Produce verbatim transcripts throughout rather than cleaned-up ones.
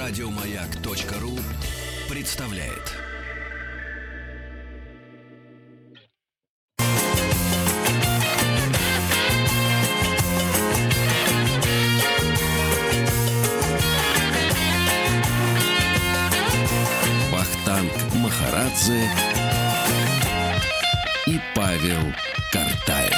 Радиомаяк.ру представляет. Вахтанг Махарадзе и Павел Картаев.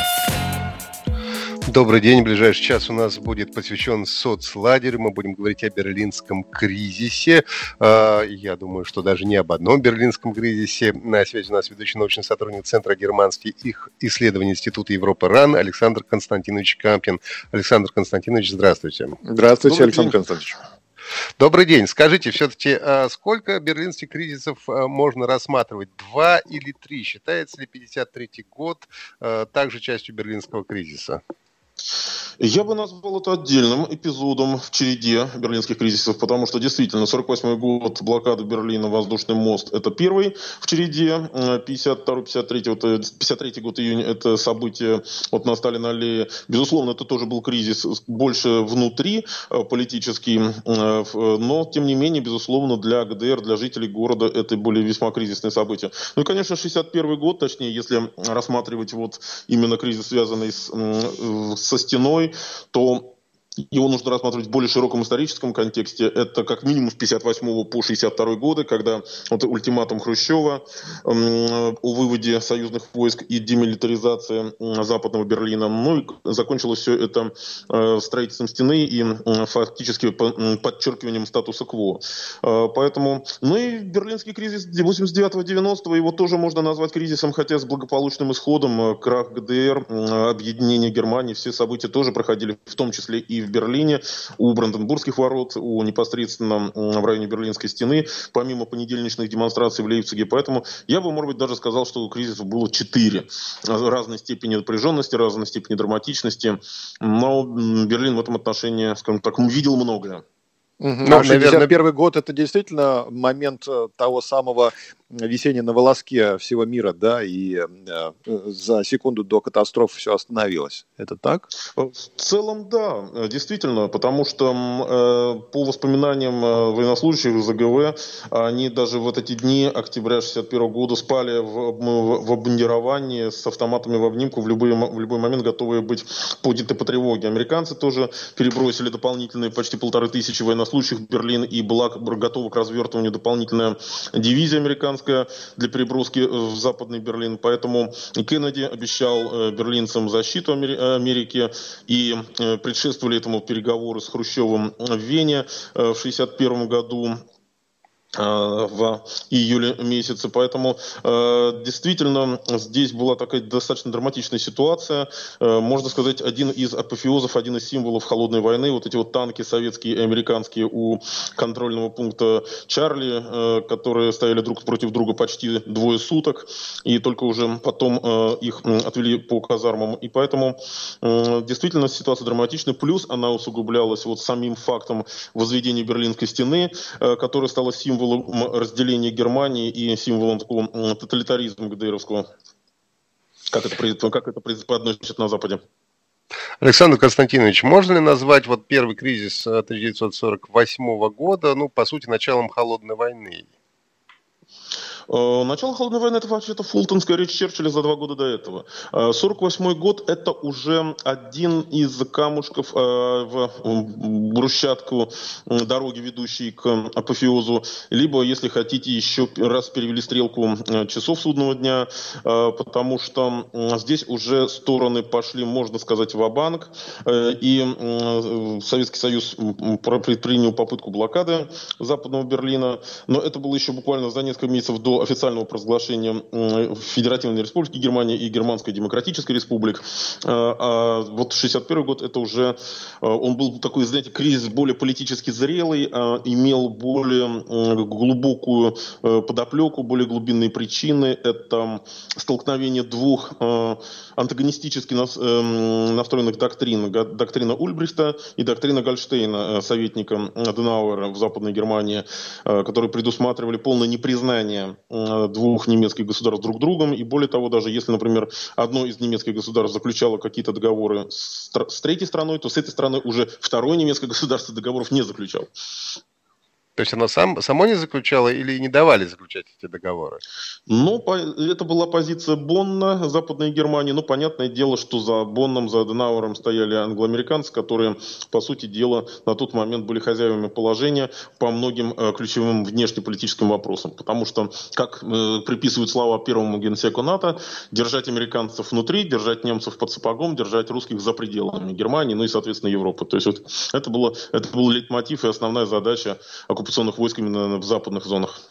Добрый день. Ближайший час у нас будет посвящен соцлагерю. Мы будем говорить о берлинском кризисе. Я думаю, что даже не об одном берлинском кризисе. На связи у нас ведущий научный сотрудник Центра германских исследований Института Европы РАН Александр Константинович Кампин. Александр Константинович, здравствуйте. Здравствуйте, Добрый Александр день. Константинович. Добрый день. Скажите, все-таки, сколько берлинских кризисов можно рассматривать? Два или три? Считается ли пятьдесят третий год также частью берлинского кризиса? Я бы назвал это отдельным эпизодом в череде берлинских кризисов, потому что действительно сорок восьмой год, блокада Берлина, воздушный мост — это первый в череде, пятьдесят второй пятьдесят третий, вот, пятьдесят третий год, июнь — это событие вот на Сталин-аллее. Безусловно, это тоже был кризис больше внутри политический, но тем не менее, безусловно, для ГДР, для жителей города это были весьма кризисные события. Ну и, конечно, шестьдесят первый год, точнее, если рассматривать вот именно кризис, связанный с, со стеной, то его нужно рассматривать в более широком историческом контексте. Это как минимум с пятьдесят восьмого по шестьдесят второй годы, когда вот ультиматум Хрущева э, о выводе союзных войск и демилитаризации э, Западного Берлина. Ну и закончилось все это э, строительством стены и э, фактически по, э, подчеркиванием статуса кво. Э, поэтому, ну и берлинский кризис восемьдесят девятого девяностого, его тоже можно назвать кризисом, хотя с благополучным исходом. Э, крах ГДР, э, объединение Германии, все события тоже проходили в том числе и в Берлине, у Бранденбургских ворот, у непосредственно в районе Берлинской стены, помимо понедельничных демонстраций в Лейпциге. Поэтому я бы, может быть, даже сказал, что кризисов было четыре. Разной степени напряженности, разной степени драматичности. Но Берлин в этом отношении, скажем так, видел многое. Угу. Ну, а шестьдесят первый год — это действительно момент того самого висения на волоске всего мира, да, и э, за секунду до катастрофы все остановилось. Это так? В целом, да, действительно, потому что э, по воспоминаниям военнослужащих ЗГВ, они даже в эти дни октября шестьдесят первого года спали в, в, в обмундировании с автоматами в обнимку, в любой, в любой момент готовые быть подняты по тревоге. Американцы тоже перебросили дополнительные почти полторы тысячи военнослужащих в Берлин, и была готова к развертыванию дополнительная дивизия американская для переброски в Западный Берлин. Поэтому Кеннеди обещал берлинцам защиту Америки, и предшествовали этому переговоры с Хрущевым в Вене в шестьдесят первом году. В июле месяце. Поэтому э, действительно здесь была такая достаточно драматичная ситуация. Э, можно сказать, один из апофеозов, один из символов холодной войны. Вот эти вот танки советские и американские у контрольного пункта Чарли, э, которые стояли друг против друга почти двое суток. И только уже потом э, их отвели по казармам. И поэтому э, действительно ситуация драматичная. Плюс она усугублялась вот самим фактом возведения Берлинской стены, э, которая стала символом разделения Германии и символом такого тоталитаризма ГДРовского, как это, как это преподносят на Западе. Александр Константинович, можно ли назвать вот первый кризис тысяча девятьсот сорок восьмого года, ну, по сути, началом холодной войны? Начало холодной войны — это вообще-то фултонская речь Черчилля за два года до этого. сорок восьмой год — это уже один из камушков в брусчатку дороги, ведущей к апофеозу. Либо, если хотите, еще раз перевели стрелку часов судного дня, потому что здесь уже стороны пошли, можно сказать, ва-банк. И Советский Союз предпринял попытку блокады Западного Берлина. Но это было еще буквально за несколько месяцев до официального провозглашения Федеративной Республики Германия и Германской Демократической Республики. А вот шестьдесят первый год — это уже, он был такой, знаете, кризис более политически зрелый, имел более глубокую подоплеку, более глубинные причины. Это столкновение двух антагонистически настроенных доктрин. Доктрина Ульбрихта и доктрина Гольштейна, советника Аденауэра в Западной Германии, которые предусматривали полное непризнание двух немецких государств друг другом. И более того, даже если, например, одно из немецких государств заключало какие-то договоры с, с третьей страной, то с этой стороны уже второе немецкое государство договоров не заключало. То есть оно сам, само не заключало или не давали заключать эти договоры? Ну, это была позиция Бонна, Западной Германии. Ну, понятное дело, что за Бонном, за Аденауэром стояли англоамериканцы, которые, по сути дела, на тот момент были хозяевами положения по многим э, ключевым внешнеполитическим вопросам. Потому что, как э, приписывают слова первому генсеку НАТО, держать американцев внутри, держать немцев под сапогом, держать русских за пределами Германии, ну и, соответственно, Европы. То есть вот это, было, это был лейтмотив и основная задача оккупационных войск именно в западных зонах.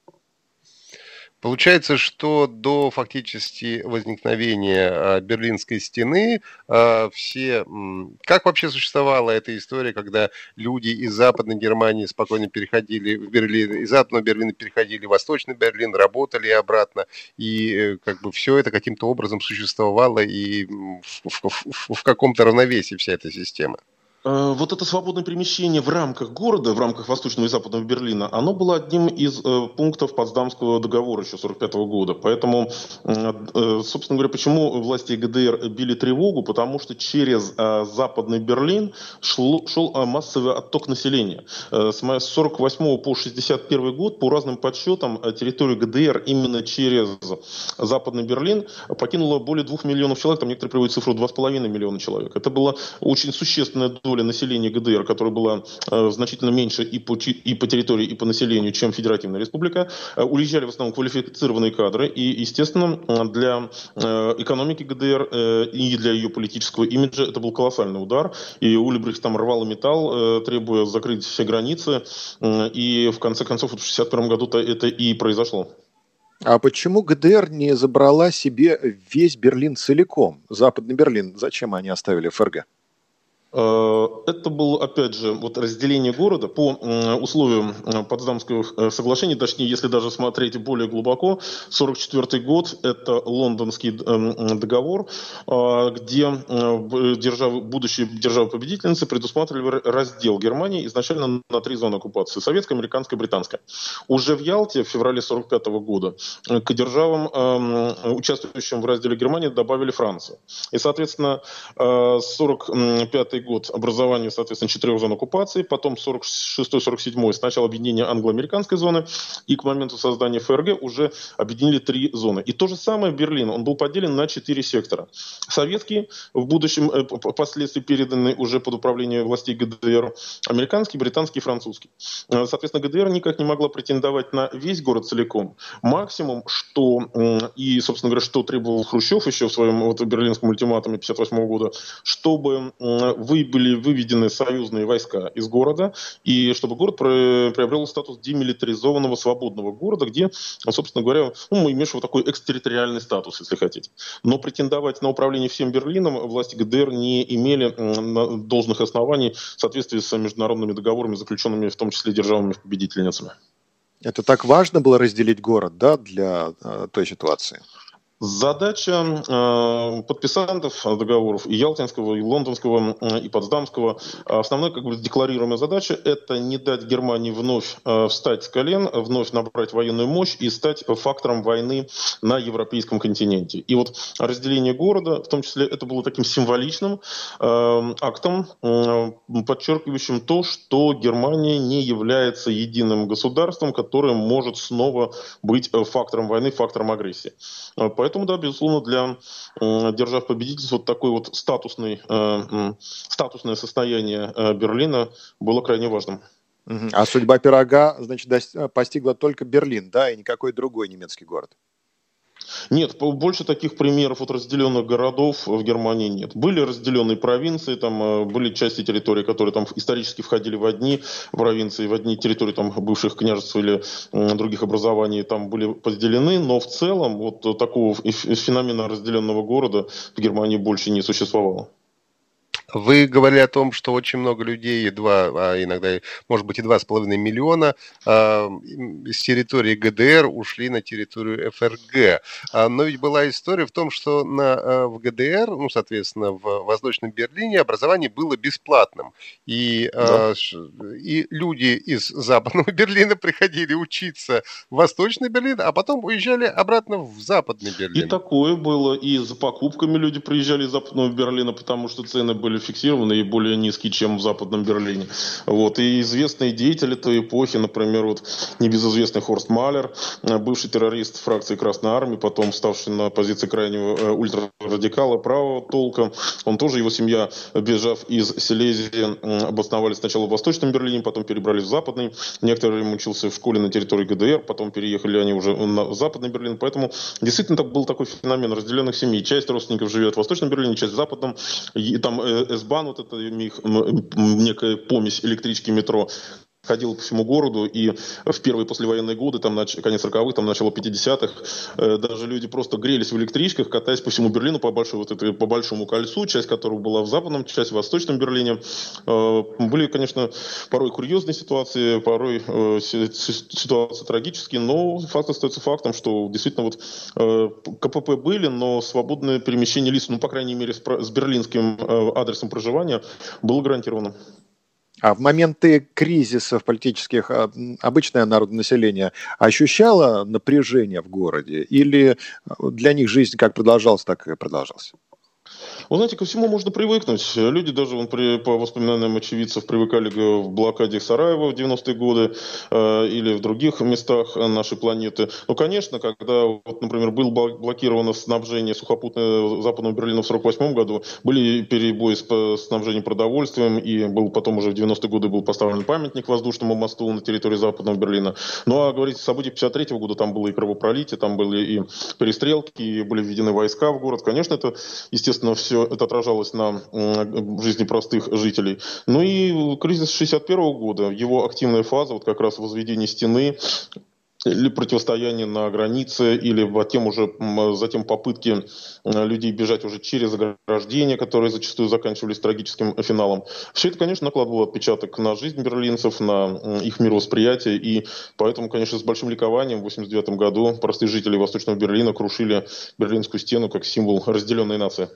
Получается, что до фактически возникновения Берлинской стены все... Как вообще существовала эта история, когда люди из Западной Германии спокойно переходили в Берлин, из Западного Берлина переходили в Восточный Берлин, работали обратно, и как бы все это каким-то образом существовало, и в, в, в, в каком-то равновесии вся эта система? Вот это свободное перемещение в рамках города, в рамках Восточного и Западного Берлина, оно было одним из э, пунктов Потсдамского договора еще сорок пятого года. Поэтому, э, собственно говоря, почему власти ГДР били тревогу? Потому что через э, Западный Берлин шел, шел массовый отток населения. Э, с сорок восьмого по шестьдесят первый год, по разным подсчетам, территорию ГДР именно через Западный Берлин покинуло более двух миллионов человек. Там некоторые приводят цифру два с половиной миллиона человек. Это была очень существенная доля населения ГДР, которая была э, значительно меньше и по, и по территории, и по населению, чем Федеративная Республика. Э, уезжали в основном квалифицированные кадры. И, естественно, для э, экономики ГДР э, и для ее политического имиджа это был колоссальный удар. И Ульбрихт там рвал и металл, э, требуя закрыть все границы. Э, и в конце концов, вот в шестьдесят первом году это и произошло. А почему ГДР не забрала себе весь Берлин целиком? Западный Берлин. Зачем они оставили ФРГ? Это было, опять же, вот разделение города по условиям Потсдамского соглашения, точнее, если даже смотреть более глубоко, сорок четвёртый год – это Лондонский договор, где державы, будущие державы-победительницы предусматривали раздел Германии изначально на три зоны оккупации – советская, американская, британская. Уже в Ялте в феврале сорок пятого года к державам, участвующим в разделе Германии, добавили Францию. И, соответственно, сорок пятый год образование, соответственно, четырех зон оккупации, потом сорок шестой сорок седьмой сначала объединение англо-американской зоны, и к моменту создания ФРГ уже объединили три зоны. И то же самое Берлин, он был поделен на четыре сектора. Советский, в будущем впоследствии переданный уже под управление властей ГДР, американский, британский, французский. Соответственно, ГДР никак не могла претендовать на весь город целиком. Максимум, что, и, собственно говоря, что требовал Хрущев еще в своем вот, берлинском ультиматуме пятьдесят восьмого года, чтобы вы были выведены союзные войска из города, и чтобы город приобрел статус демилитаризованного свободного города, где, собственно говоря, ну, мы имеем вот такой экстерриториальный статус, если хотите. Но претендовать на управление всем Берлином власти ГДР не имели должных оснований в соответствии с международными договорами, заключенными в том числе державами-победительницами. Это так важно было разделить город, да, для э, той ситуации? Задача э, подписантов договоров и Ялтинского, и Лондонского, э, и Потсдамского, основная как бы декларируемая задача – это не дать Германии вновь э, встать с колен, вновь набрать военную мощь и стать фактором войны на европейском континенте. И вот разделение города, в том числе, это было таким символичным э, актом, э, подчеркивающим то, что Германия не является единым государством, которое может снова быть фактором войны, фактором агрессии. Поэтому, да, безусловно, для э, держав-победительств вот такое вот статусный, э, статусное состояние э, Берлина было крайне важным. А судьба пирога, значит, постигла только Берлин, да, и никакой другой немецкий город? Нет, больше таких примеров вот разделенных городов в Германии нет. Были разделенные провинции, там были части территории, которые там исторически входили в одни провинции, в одни территории там бывших княжеств или других образований, там были поделены, но в целом вот такого феномена разделенного города в Германии больше не существовало. Вы говорили о том, что очень много людей, два, а иногда, может быть, и два с половиной миллиона э, с территории ГДР ушли на территорию ФРГ. А, но ведь была история в том, что на, в ГДР, ну, соответственно, в Восточном Берлине образование было бесплатным. И, да. э, и люди из Западного Берлина приходили учиться в Восточный Берлин, а потом уезжали обратно в Западный Берлин. И такое было. И за покупками люди приезжали из Западного Берлина, потому что цены были зафиксированы и более низкие, чем в Западном Берлине. Вот. И известные деятели той эпохи, например, вот небезызвестный Хорст Малер, бывший террорист фракции Красной Армии, потом ставший на позиции крайнего ультрарадикала правого толка, он тоже, его семья, бежав из Силезии, обосновались сначала в Восточном Берлине, потом перебрались в Западный. Некоторые время учился в школе на территории ГДР, потом переехали они уже в Западный Берлин. Поэтому действительно так, был такой феномен разделенных семей. Часть родственников живет в Восточном Берлине, часть в Западном. И там С-Бан, вот это некая помесь электрички, метро, ходил по всему городу, и в первые послевоенные годы, там, конец сороковых, там, начало пятидесятых, э, даже люди просто грелись в электричках, катаясь по всему Берлину по, большой, вот этой, по большому кольцу, часть которого была в Западном, часть в Восточном Берлине. Э, были, конечно, порой курьезные ситуации, порой э, ситуации трагические, но факт остается фактом, что действительно вот э, КПП были, но свободное перемещение лиц, ну, по крайней мере, с, с берлинским э, адресом проживания было гарантировано. А в моменты кризисов политических обычное народное население ощущало напряжение в городе? Или для них жизнь как продолжалась, так и продолжалась? Вы знаете, ко всему можно привыкнуть. Люди даже вон, при, по воспоминаниям очевидцев привыкали в блокаде Сараева в девяностые годы э, или в других местах нашей планеты. Но, конечно, когда, вот, например, было блокировано снабжение сухопутное Западного Берлина в сорок восьмом году, были перебои с снабжением продовольствием, и был потом уже в девяностые годы был поставлен памятник воздушному мосту на территории Западного Берлина. Ну, а говорить о событиях пятьдесят третьего года, там было и кровопролитие, там были и перестрелки, и были введены войска в город. Конечно, это, естественно, все это отражалось на жизни простых жителей. Ну и кризис шестьдесят первого года, его активная фаза, вот как раз возведение стены, или противостояние на границе, или затем уже затем попытки людей бежать уже через ограждения, которые зачастую заканчивались трагическим финалом. Все это, конечно, накладывало отпечаток на жизнь берлинцев, на их мировосприятие, и поэтому, конечно, с большим ликованием в восемьдесят девятом году простые жители Восточного Берлина крушили Берлинскую стену как символ разделенной нации.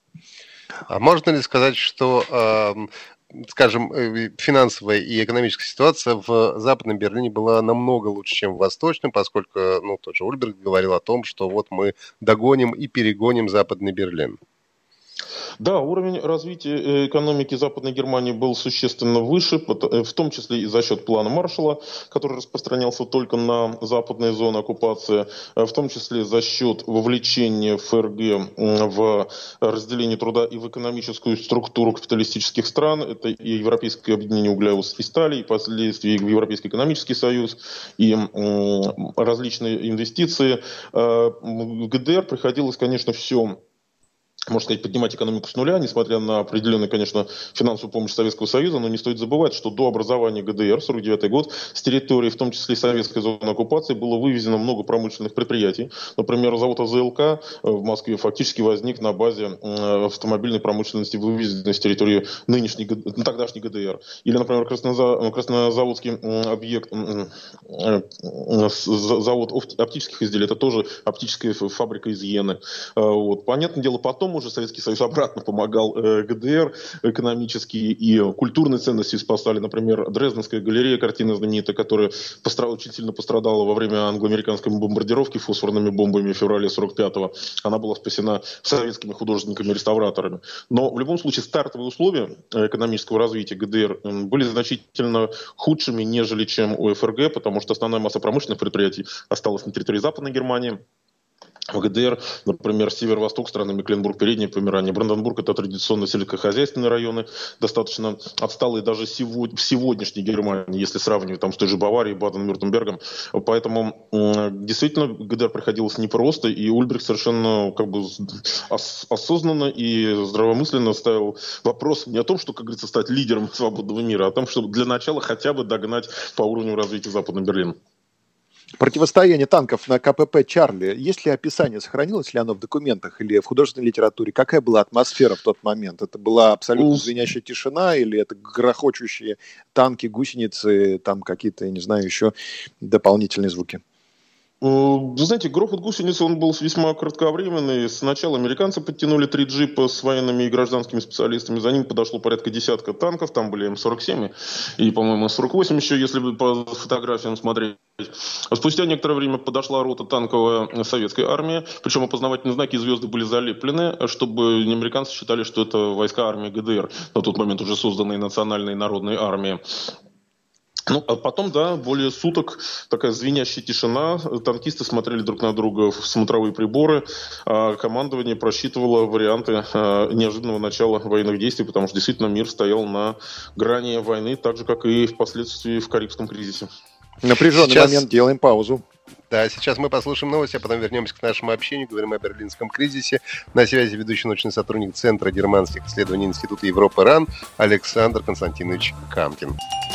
А можно ли сказать, что, э, скажем, финансовая и экономическая ситуация в Западном Берлине была намного лучше, чем в Восточном, поскольку, ну, тот же Ульбрихт говорил о том, что вот мы догоним и перегоним Западный Берлин? Да, уровень развития экономики Западной Германии был существенно выше, в том числе и за счет плана Маршалла, который распространялся только на западные зоны оккупации, в том числе за счет вовлечения ФРГ в разделение труда и в экономическую структуру капиталистических стран. Это и Европейское объединение угля и стали, и впоследствии Европейский экономический союз, и различные инвестиции. В ГДР приходилось, конечно, все, можно сказать, поднимать экономику с нуля, несмотря на определенную, конечно, финансовую помощь Советского Союза, но не стоит забывать, что до образования ГДР, сорок девятый год, с территории, в том числе и советской зоны оккупации, было вывезено много промышленных предприятий. Например, завод АЗЛК в Москве фактически возник на базе автомобильной промышленности, вывезенной с территории нынешней, тогдашней ГДР. Или, например, краснозаводский объект, завод оптических изделий, это тоже оптическая фабрика из Йены. Вот. Понятное дело, потом уже Советский Союз обратно помогал э, ГДР экономически, и культурные ценности спасали. Например, Дрезденская галерея, картина знаменитая, которая постра... очень сильно пострадала во время англо-американской бомбардировки фосфорными бомбами в феврале сорок пятого. Она была спасена советскими художниками-реставраторами. Но в любом случае стартовые условия экономического развития ГДР были значительно худшими, нежели чем у ФРГ, потому что основная масса промышленных предприятий осталась на территории Западной Германии. В ГДР, например, северо-восток страны, Мекленбург, Переднее Померание, Бранденбург — это традиционно сельскохозяйственные районы, достаточно отсталые даже в сегодняшней Германии, если сравнивать там с той же Баварией, Баден-Вюртембергом. Поэтому действительно ГДР приходилось непросто, и Ульбрихт совершенно как бы осознанно и здравомысленно ставил вопрос не о том, что, как говорится, стать лидером свободного мира, а о том, чтобы для начала хотя бы догнать по уровню развития Западный Берлин. Противостояние танков на КПП «Чарли». Есть ли описание, сохранилось ли оно в документах или в художественной литературе? Какая была атмосфера в тот момент? Это была абсолютно звенящая тишина или это грохочущие танки, гусеницы, там какие-то, я не знаю, еще дополнительные звуки? Вы знаете, грохот гусениц, он был весьма кратковременный. Сначала американцы подтянули три джипа с военными и гражданскими специалистами. За ним подошло порядка десятка танков. Там были эм сорок семь и, по-моему, эм сорок восемь еще, если по фотографиям смотреть. А спустя некоторое время подошла рота танковая советской армии. Причем опознавательные знаки и звезды были залеплены, чтобы американцы считали, что это войска армии гэ дэ эр, на тот момент уже созданные национальной народной армии. Ну, а потом, да, более суток такая звенящая тишина. Танкисты смотрели друг на друга в смотровые приборы. А командование просчитывало варианты а, неожиданного начала военных действий, потому что действительно мир стоял на грани войны, так же, как и впоследствии в Карибском кризисе. Напряженный сейчас... момент, делаем паузу. Да, сейчас мы послушаем новости, а потом вернемся к нашему общению, говорим о берлинском кризисе. На связи ведущий научный сотрудник Центра германских исследований Института Европы РАН Александр Константинович Камкин.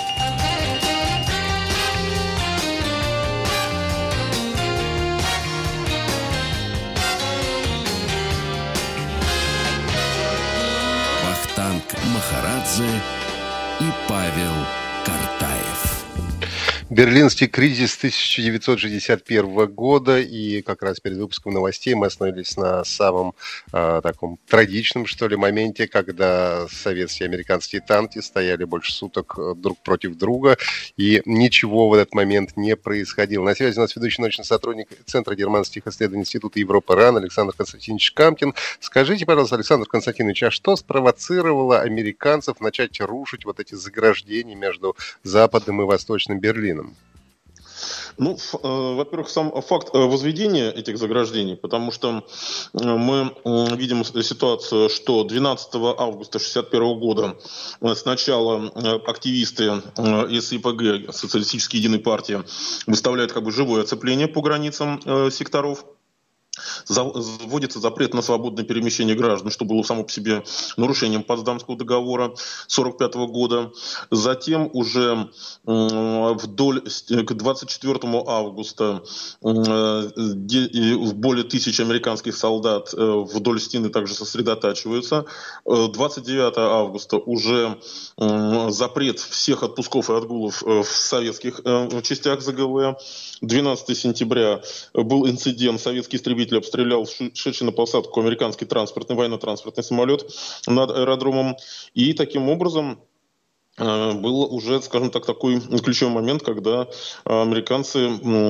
Вахтанг Махарадзе и Павел Картаев. Берлинский кризис тысяча девятьсот шестьдесят первого года, и как раз перед выпуском новостей мы остановились на самом э, таком трагичном, что ли, моменте, когда советские и американские танки стояли больше суток друг против друга, и ничего в этот момент не происходило. На связи у нас ведущий научный сотрудник Центра германских исследований Института Европы РАН Александр Константинович Камкин. Скажите, пожалуйста, Александр Константинович, а что спровоцировало американцев начать рушить вот эти заграждения между Западным и Восточным Берлином? Ну, ф, э, во-первых, сам факт возведения этих заграждений, потому что мы э, видим ситуацию, что двенадцатого августа тысяча девятьсот шестьдесят первого года сначала активисты э, эс и пэ гэ, Социалистической единой партии, выставляют как бы живое оцепление по границам э, секторов. Вводится запрет на свободное перемещение граждан, что было само по себе нарушением Потсдамского договора сорок пятого года. Затем уже вдоль, к двадцать четвёртому августа более тысячи американских солдат вдоль стены также сосредотачиваются. двадцать девятого августа уже запрет всех отпусков и отгулов в советских частях зэ гэ вэ. двенадцатого сентября был инцидент, советский истребитель обстрелял шедший на посадку американский транспортный, военно-транспортный самолет над аэродромом. И таким образом был уже, скажем так, такой ключевой момент, когда американцы,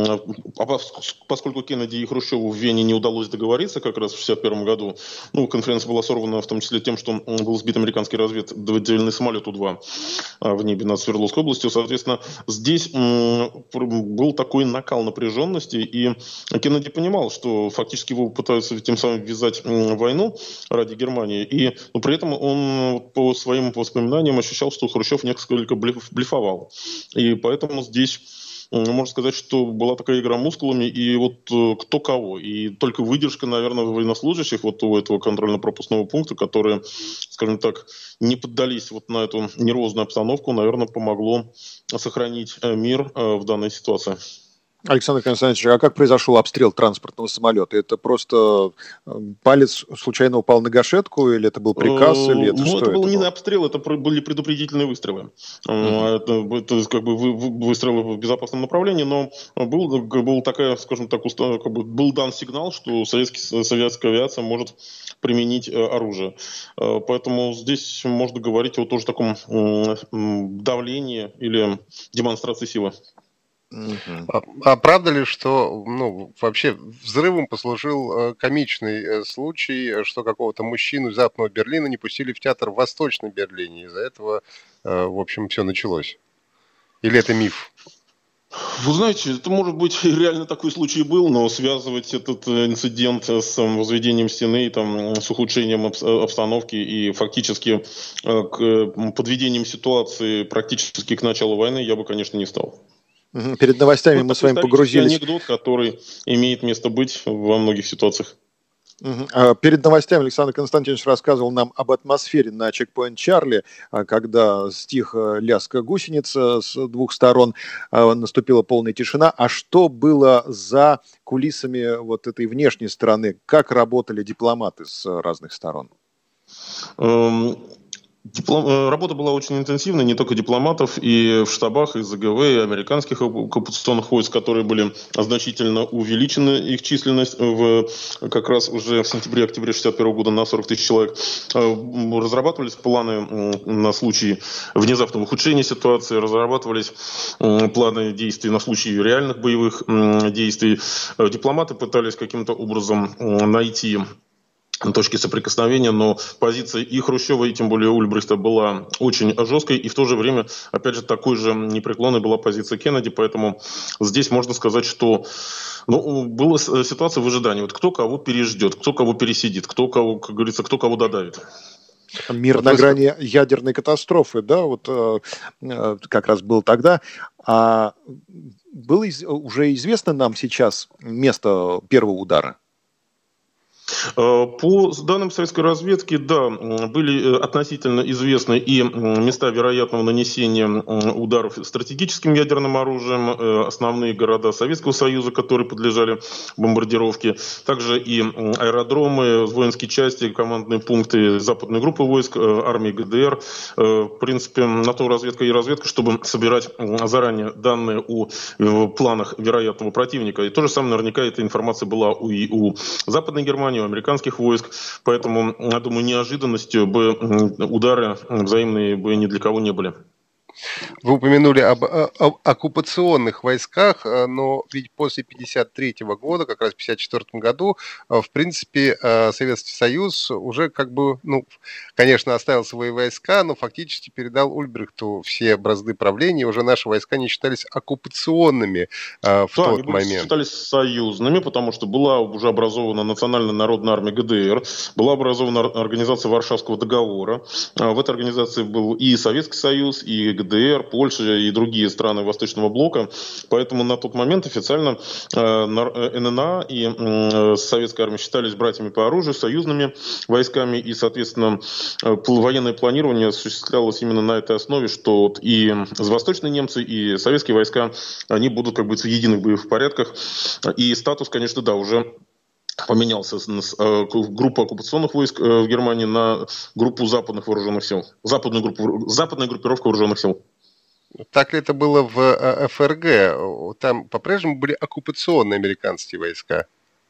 поскольку Кеннеди и Хрущеву в Вене не удалось договориться как раз в шестьдесят первом году, ну, конференция была сорвана в том числе тем, что был сбит американский разведывательный самолет У два в небе над Свердловской областью, соответственно, здесь был такой накал напряженности, и Кеннеди понимал, что фактически его пытаются тем самым ввязать в войну ради Германии, и но при этом он по своим воспоминаниям ощущал, что Хрущев несколько блефовал. И поэтому здесь можно сказать, что была такая игра мускулами, и вот кто кого. И только выдержка, наверное, военнослужащих вот у этого контрольно-пропускного пункта, которые, скажем так, не поддались вот на эту нервозную обстановку, наверное, помогло сохранить мир в данной ситуации. Александр Константинович, а как произошел обстрел транспортного самолета? Это просто палец случайно упал на гашетку, или это был приказ, или это ну, что? это был это не было? обстрел, это были предупредительные выстрелы. Uh-huh. Это, это как бы выстрелы в безопасном направлении, но был, был такая, скажем так, как бы был дан сигнал, что советский, советская авиация может применить оружие. Поэтому здесь можно говорить о тоже таком давлении или демонстрации силы. Uh-huh. А, а правда ли, что ну, вообще взрывом послужил э, комичный э, случай, что какого-то мужчину из Западного Берлина не пустили в театр в Восточном Берлине? Из-за этого, э, в общем, все началось. Или это миф? Вы знаете, это, может быть, реально такой случай был, но связывать этот инцидент с возведением стены, там, с ухудшением обстановки и фактически к подведением ситуации практически к началу войны я бы, конечно, не стал. Перед новостями вот мы с вами погрузились. Анекдот, который имеет место быть во многих ситуациях. Угу. Перед новостями Александр Константинович рассказывал нам об атмосфере на чекпоинт Чарли, когда стих лязг гусениц с двух сторон, наступила полная тишина. А что было за кулисами вот этой внешней стороны? Как работали дипломаты с разных сторон? Диплом... Работа была очень интенсивной, не только дипломатов, и в штабах, и ЗГВ, и американских оккупационных войск, которые были значительно увеличены, их численность в, как раз уже в сентябре-октябре шестьдесят первого года на сорок тысяч человек. Разрабатывались планы на случай внезапного ухудшения ситуации, разрабатывались планы действий на случай реальных боевых действий. Дипломаты пытались каким-то образом найти точки соприкосновения, но позиция и Хрущева, и тем более Ульбрихта была очень жесткой, и в то же время, опять же, такой же непреклонной была позиция Кеннеди, поэтому здесь можно сказать, что ну, была ситуация в ожидании, вот кто кого переждет, кто кого пересидит, кто кого, как говорится, кто кого додавит. Мир вот на грани ядерной катастрофы, да, вот э, как раз был тогда. А было из, уже известно нам сейчас место первого удара? По данным советской разведки, да, были относительно известны и места вероятного нанесения ударов стратегическим ядерным оружием, основные города Советского Союза, которые подлежали бомбардировке, также и аэродромы, воинские части, командные пункты западной группы войск, армии ГДР. В принципе, на то разведка и разведка, чтобы собирать заранее данные о планах вероятного противника. И то же самое наверняка эта информация была и у Западной Германии, у американских войск, поэтому, я думаю, неожиданностью бы удары взаимные бы ни для кого не были. Вы упомянули об, об оккупационных войсках, но ведь после пятьдесят третьего года, как раз в пятьдесят четвёртом году, в принципе, Советский Союз уже как бы, ну, конечно, оставил свои войска, но фактически передал Ульбрихту все бразды правления, уже наши войска не считались оккупационными в да, тот они момент. считались союзными, потому что была уже образована Национальная народная армия ГДР, была образована организация Варшавского договора. В этой организации был и Советский Союз, и ГДР, Польша и другие страны Восточного блока. Поэтому на тот момент официально эн эн а и Советская армия считались братьями по оружию, союзными войсками. И, соответственно, военное планирование осуществлялось именно на этой основе, что и восточные немцы, и советские войска, они будут как бы в единых боевых порядках. И статус, конечно, да, уже поменялся с группы оккупационных войск в Германии на группу западных вооруженных сил. Западную группу, западная группировка вооруженных сил. Так ли это было в эф эр гэ? Там по-прежнему были оккупационные американские войска?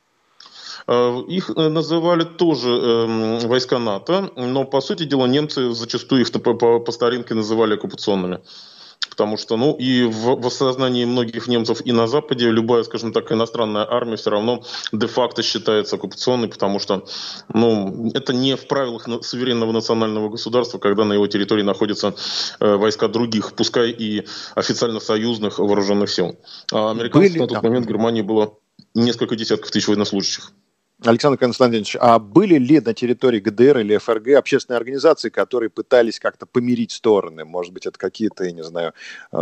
Их называли тоже войска НАТО, но, по сути дела, немцы зачастую их по, по, по старинке называли оккупационными. Потому что, ну, и в, в сознании многих немцев и на Западе любая, скажем так, иностранная армия все равно де-факто считается оккупационной, потому что, ну, это не в правилах суверенного национального государства, когда на его территории находятся э, войска других, пускай и официально союзных вооруженных сил. А американцев Были... на тот момент в Германии было несколько десятков тысяч военнослужащих. Александр Константинович, а были ли на территории ГДР или эф эр гэ общественные организации, которые пытались как-то помирить стороны? Может быть, это какие-то, я не знаю,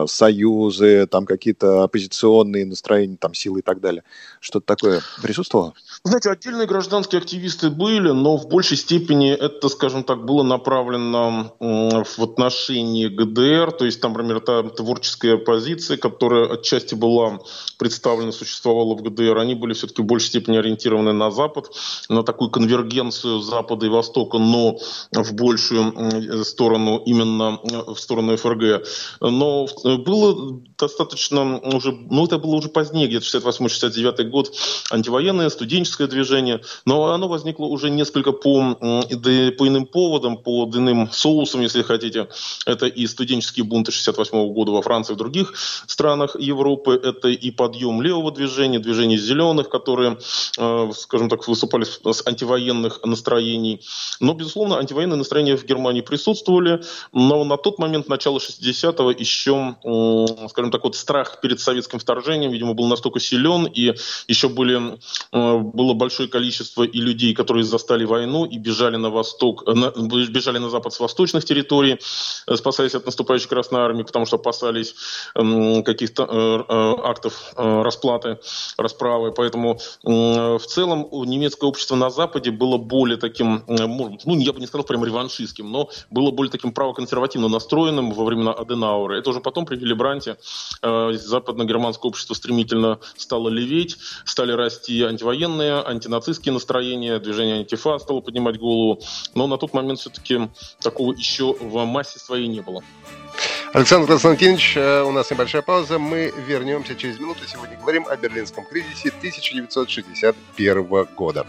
союзы, там какие-то оппозиционные настроения, там силы и так далее? Что-то такое присутствовало? Знаете, отдельные гражданские активисты были, но в большей степени это, скажем так, было направлено в отношении ГДР. То есть там, например, та творческая оппозиция, которая отчасти была представлена, существовала в ГДР, они были все-таки в большей степени ориентированы на Запад, на такую конвергенцию Запада и Востока, но в большую сторону, именно в сторону эф эр гэ. Но было достаточно уже, ну это было уже позднее, где-то шестьдесят восьмой — шестьдесят девятый год, антивоенное, студенческое движение, но оно возникло уже несколько по, по иным поводам, по иным соусам, если хотите. Это и студенческие бунты шестьдесят восьмого года во Франции и в других странах Европы, это и подъем левого движения, движение зеленых, которые, скажем так, выступали с антивоенных настроений. Но, безусловно, антивоенные настроения в Германии присутствовали, но на тот момент, начало шестидесятого, еще, скажем так, вот страх перед советским вторжением, видимо, был настолько силен, и еще были, было большое количество и людей, которые застали войну и бежали на восток, на, бежали на запад с восточных территорий, спасаясь от наступающей Красной Армии, потому что опасались каких-то актов расплаты, расправы. Поэтому в целом немецкое общество на Западе было более таким, может быть, ну, я бы не сказал прям реваншистским, но было более таким правоконсервативно настроенным во времена Аденауэра. Это уже потом при Вилли Брандте э, западно-германское общество стремительно стало леветь, стали расти антивоенные, антинацистские настроения, движение антифа стало поднимать голову, но на тот момент все-таки такого еще в массе своей не было. Александр Константинович, у нас небольшая пауза. Мы вернемся через минуту. Сегодня говорим о Берлинском кризисе тысяча девятьсот шестьдесят первого года.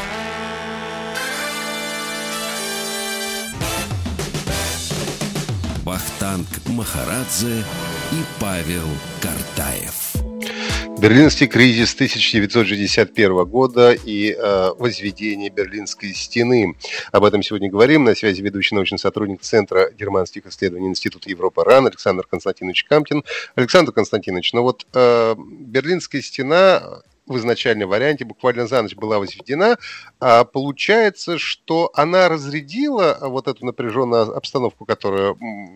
Вахтанг Махарадзе и Павел Картаев. Берлинский кризис тысяча девятьсот шестьдесят первого года и э, возведение Берлинской стены. Об этом сегодня говорим. На связи ведущий научный сотрудник Центра германских исследований Института Европы РАН Александр Константинович Камтин. Александр Константинович, ну вот э, Берлинская стена в изначальном варианте буквально за ночь была возведена, а получается, что она разрядила вот эту напряженную обстановку, которая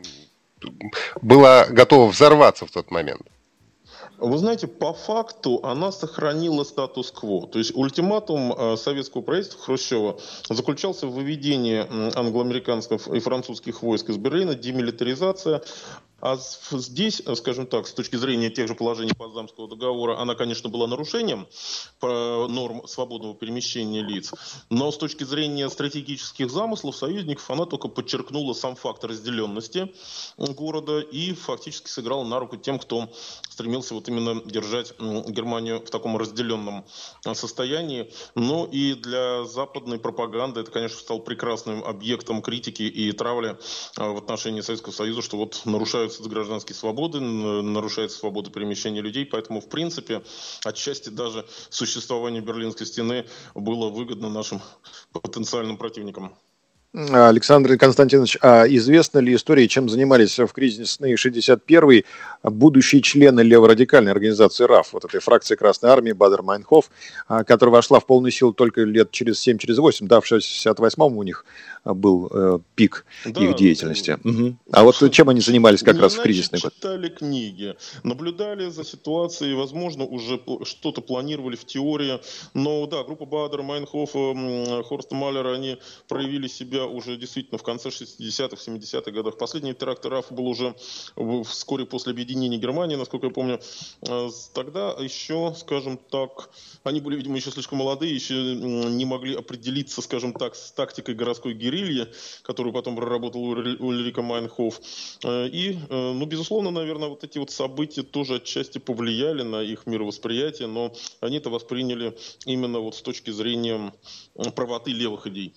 была готова взорваться в тот момент. Вы знаете, по факту она сохранила статус-кво. То есть ультиматум советского правительства Хрущева заключался в выведении англо-американских и французских войск из Берлина, демилитаризация. А здесь, скажем так, с точки зрения тех же положений Потсдамского договора, она, конечно, была нарушением норм свободного перемещения лиц, но с точки зрения стратегических замыслов союзников она только подчеркнула сам факт разделенности города и фактически сыграла на руку тем, кто стремился вот именно держать Германию в таком разделенном состоянии. Ну и для западной пропаганды это, конечно, стал прекрасным объектом критики и травли в отношении Советского Союза, что вот нарушаются гражданские свободы, нарушается свобода перемещения людей, поэтому, в принципе, отчасти даже существование Берлинской стены было выгодно нашим потенциальным противникам. Александр Константинович, а известна ли история, чем занимались в кризисный шестьдесят первый будущие члены леворадикальной организации РАФ, вот этой фракции Красной Армии Бадер-Майнхоф, которая вошла в полную силу только лет через семь через восемь, да, в шестьдесят восьмом у них был э, пик да, их деятельности. Угу. А вот чем они занимались как раз в кризисный год? Читали книги, наблюдали за ситуацией, возможно, уже что-то планировали в теории, но да, группа Бадер-Майнхофа, Хорста Маллера, они проявили себя уже действительно в конце шестидесятых, семидесятых годах. Последний теракт РАФ был уже вскоре после объединения Германии, насколько я помню. Тогда еще, скажем так, они были, видимо, еще слишком молодые, еще не могли определиться, скажем так, с тактикой городской герильи, которую потом проработал Ульрика Майнхоф. И, ну, безусловно, наверное, вот эти вот события тоже отчасти повлияли на их мировосприятие, но они это восприняли именно вот с точки зрения правоты левых идей.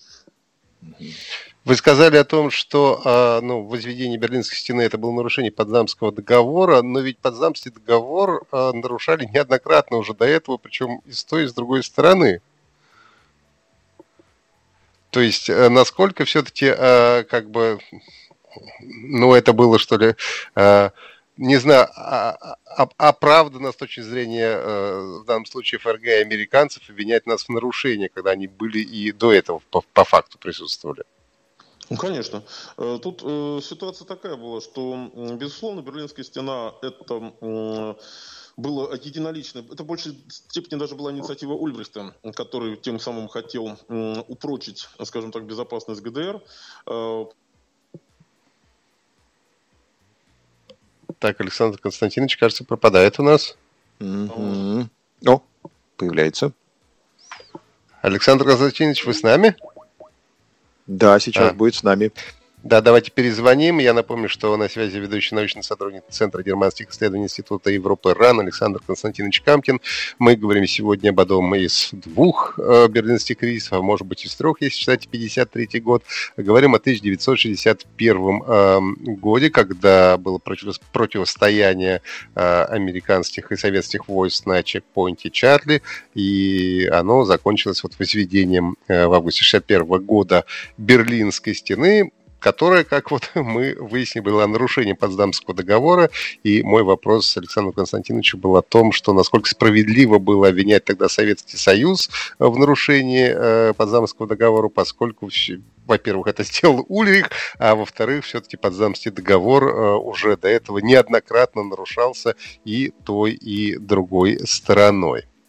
Вы сказали о том, что ну, возведение Берлинской стены это было нарушение Потсдамского договора, но ведь Потсдамский договор нарушали неоднократно уже до этого, причем и с той, и с другой стороны. То есть насколько все-таки как бы, ну это было что ли, не знаю, оправдано с точки зрения в данном случае ФРГ и американцев обвинять нас в нарушении, когда они были и до этого по, по факту присутствовали. Ну, конечно. Тут э, ситуация такая была, что, безусловно, Берлинская стена – это э, было единолично. Это в большей степени даже была инициатива Ульбрихта, который тем самым хотел э, упрочить, скажем так, безопасность ГДР. Э, Так, Александр Константинович, кажется, пропадает у нас. Mm-hmm. О, появляется. Александр Константинович, вы с нами? Да, сейчас а. будет с нами. Да, давайте перезвоним. Я напомню, что на связи ведущий научный сотрудник Центра германских исследований Института Европы РАН Александр Константинович Камтин. Мы говорим сегодня об одном из двух э, берлинских кризисов, а может быть из трех, если считать пятьдесят третий год. Говорим о тысяча девятьсот шестьдесят первом э, годе, когда было против, противостояние э, американских и советских войск на чекпоинте Чарли, и оно закончилось вот возведением э, в августе шестьдесят первого года Берлинской стены, которая, как вот мы выяснили, была нарушением Потсдамского договора. И мой вопрос Александру Константиновичу был о том, что насколько справедливо было обвинять тогда Советский Союз в нарушении э, Потсдамского договора, поскольку, во-первых, это сделал Ульрих, а во-вторых, все-таки Потсдамский договор э, уже до этого неоднократно нарушался и той, и другой стороной.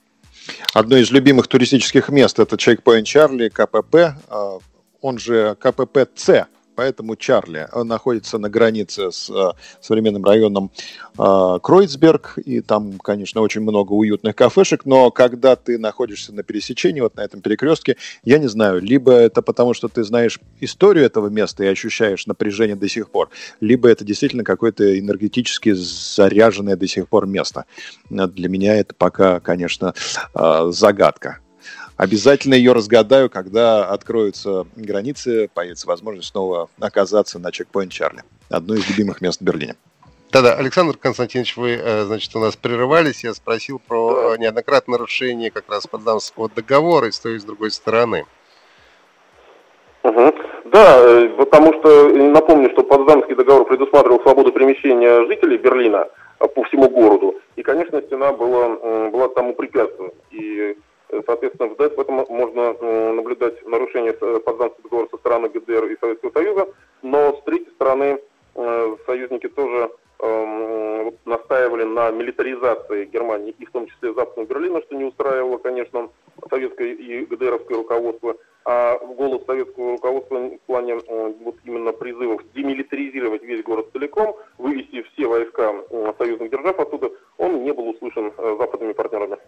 Одно из любимых туристических мест – это Чекпоинт Чарли, КПП, он же КПП-С, поэтому Чарли. Он находится на границе с современным районом Кройцберг, и там, конечно, очень много уютных кафешек, но когда ты находишься на пересечении, вот на этом перекрестке, я не знаю, либо это потому, что ты знаешь историю этого места и ощущаешь напряжение до сих пор, либо это действительно какое-то энергетически заряженное до сих пор место. Для меня это пока, конечно, загадка. Обязательно ее разгадаю, когда откроются границы, появится возможность снова оказаться на Чекпоинт Чарли. Одно из любимых мест в Берлине. Да-да, Александр Константинович, вы, значит, у нас прерывались. Я спросил про неоднократное нарушение как раз Потсдамского договора и с той, и с другой стороны. Угу. Да, потому что напомню, что Потсдамский договор предусматривал свободу перемещения жителей Берлина по всему городу. И, конечно, стена была, была тому препятствием. И соответственно, в этом можно наблюдать нарушение Потсдамского договора со стороны ГДР и Советского Союза, но с третьей стороны союзники тоже э, настаивали на милитаризации Германии, и в том числе Западного Берлина, что не устраивало, конечно, советское и ГДРовское руководство. А в голос советского руководства в плане э, вот именно призывов демилитаризировать весь город целиком, вывести все войска э, союзных держав оттуда, он не был услышан э, западными партнерами.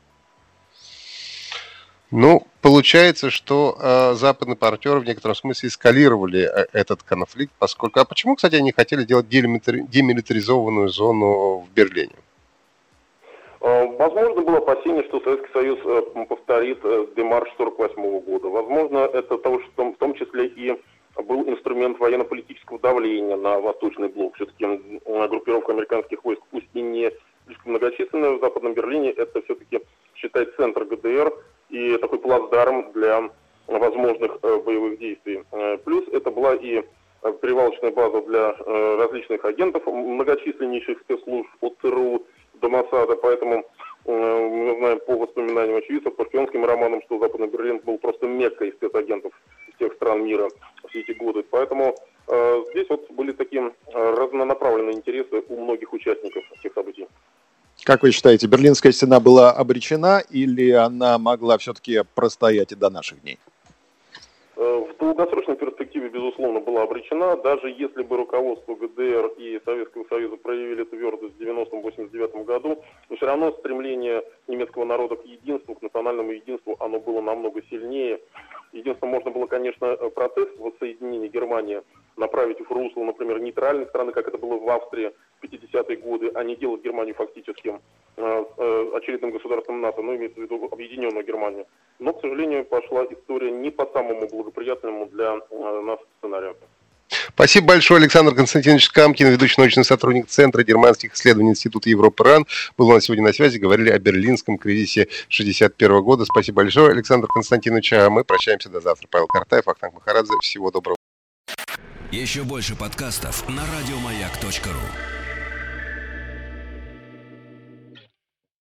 Ну, получается, что э, западные партнеры в некотором смысле эскалировали э, этот конфликт, поскольку... А почему, кстати, они хотели делать демилитаризованную зону в Берлине? Э, возможно, было опасение, что Советский Союз э, повторит э, демарш сорок восьмого года. Возможно, это того, что в том числе и был инструмент военно-политического давления на Восточный блок. Все-таки э, группировка американских войск, пусть и не слишком многочисленная в Западном Берлине, это все-таки, считай, центр ГДР, и такой плацдарм для возможных э, боевых действий. Э, плюс это была и э, перевалочная база для э, различных агентов, многочисленнейших спецслужб от ЦРУ до Моссада, поэтому э, мы знаем по воспоминаниям очевидцев, по шпионским романам, что Западный Берлин был просто меккой спецагентов из всех стран мира все эти годы. Поэтому э, здесь вот были такие э, разнонаправленные интересы у многих участников этих событий. Как вы считаете, Берлинская стена была обречена или она могла все-таки простоять и до наших дней? В долгосрочной перспективе, безусловно, была обречена. Даже если бы руководство ГДР и Советского Союза проявили твердость в девяностом — восемьдесят девятом году, но все равно стремление немецкого народа к единству, к национальному единству, оно было намного сильнее. Единственное, можно было, конечно, процесс воссоединения Германии направить в русло, например, нейтральной страны, как это было в Австрии в пятидесятые годы, а не делать Германию фактически э, э, очередным государством НАТО, но имеется в виду объединенную Германию. Но, к сожалению, пошла история не по самому благоприятному для э, нас сценарию. Спасибо большое, Александр Константинович Скамкин, ведущий научный сотрудник Центра германских исследований Института Европы РАН. Был у нас сегодня на связи, говорили о берлинском кризисе шестьдесят первого года. Спасибо большое, Александр Константинович. А мы прощаемся до завтра. Павел Картаев, Ахтанг Махарадзе. Всего доброго. Еще больше подкастов на радиомаяк точка ру.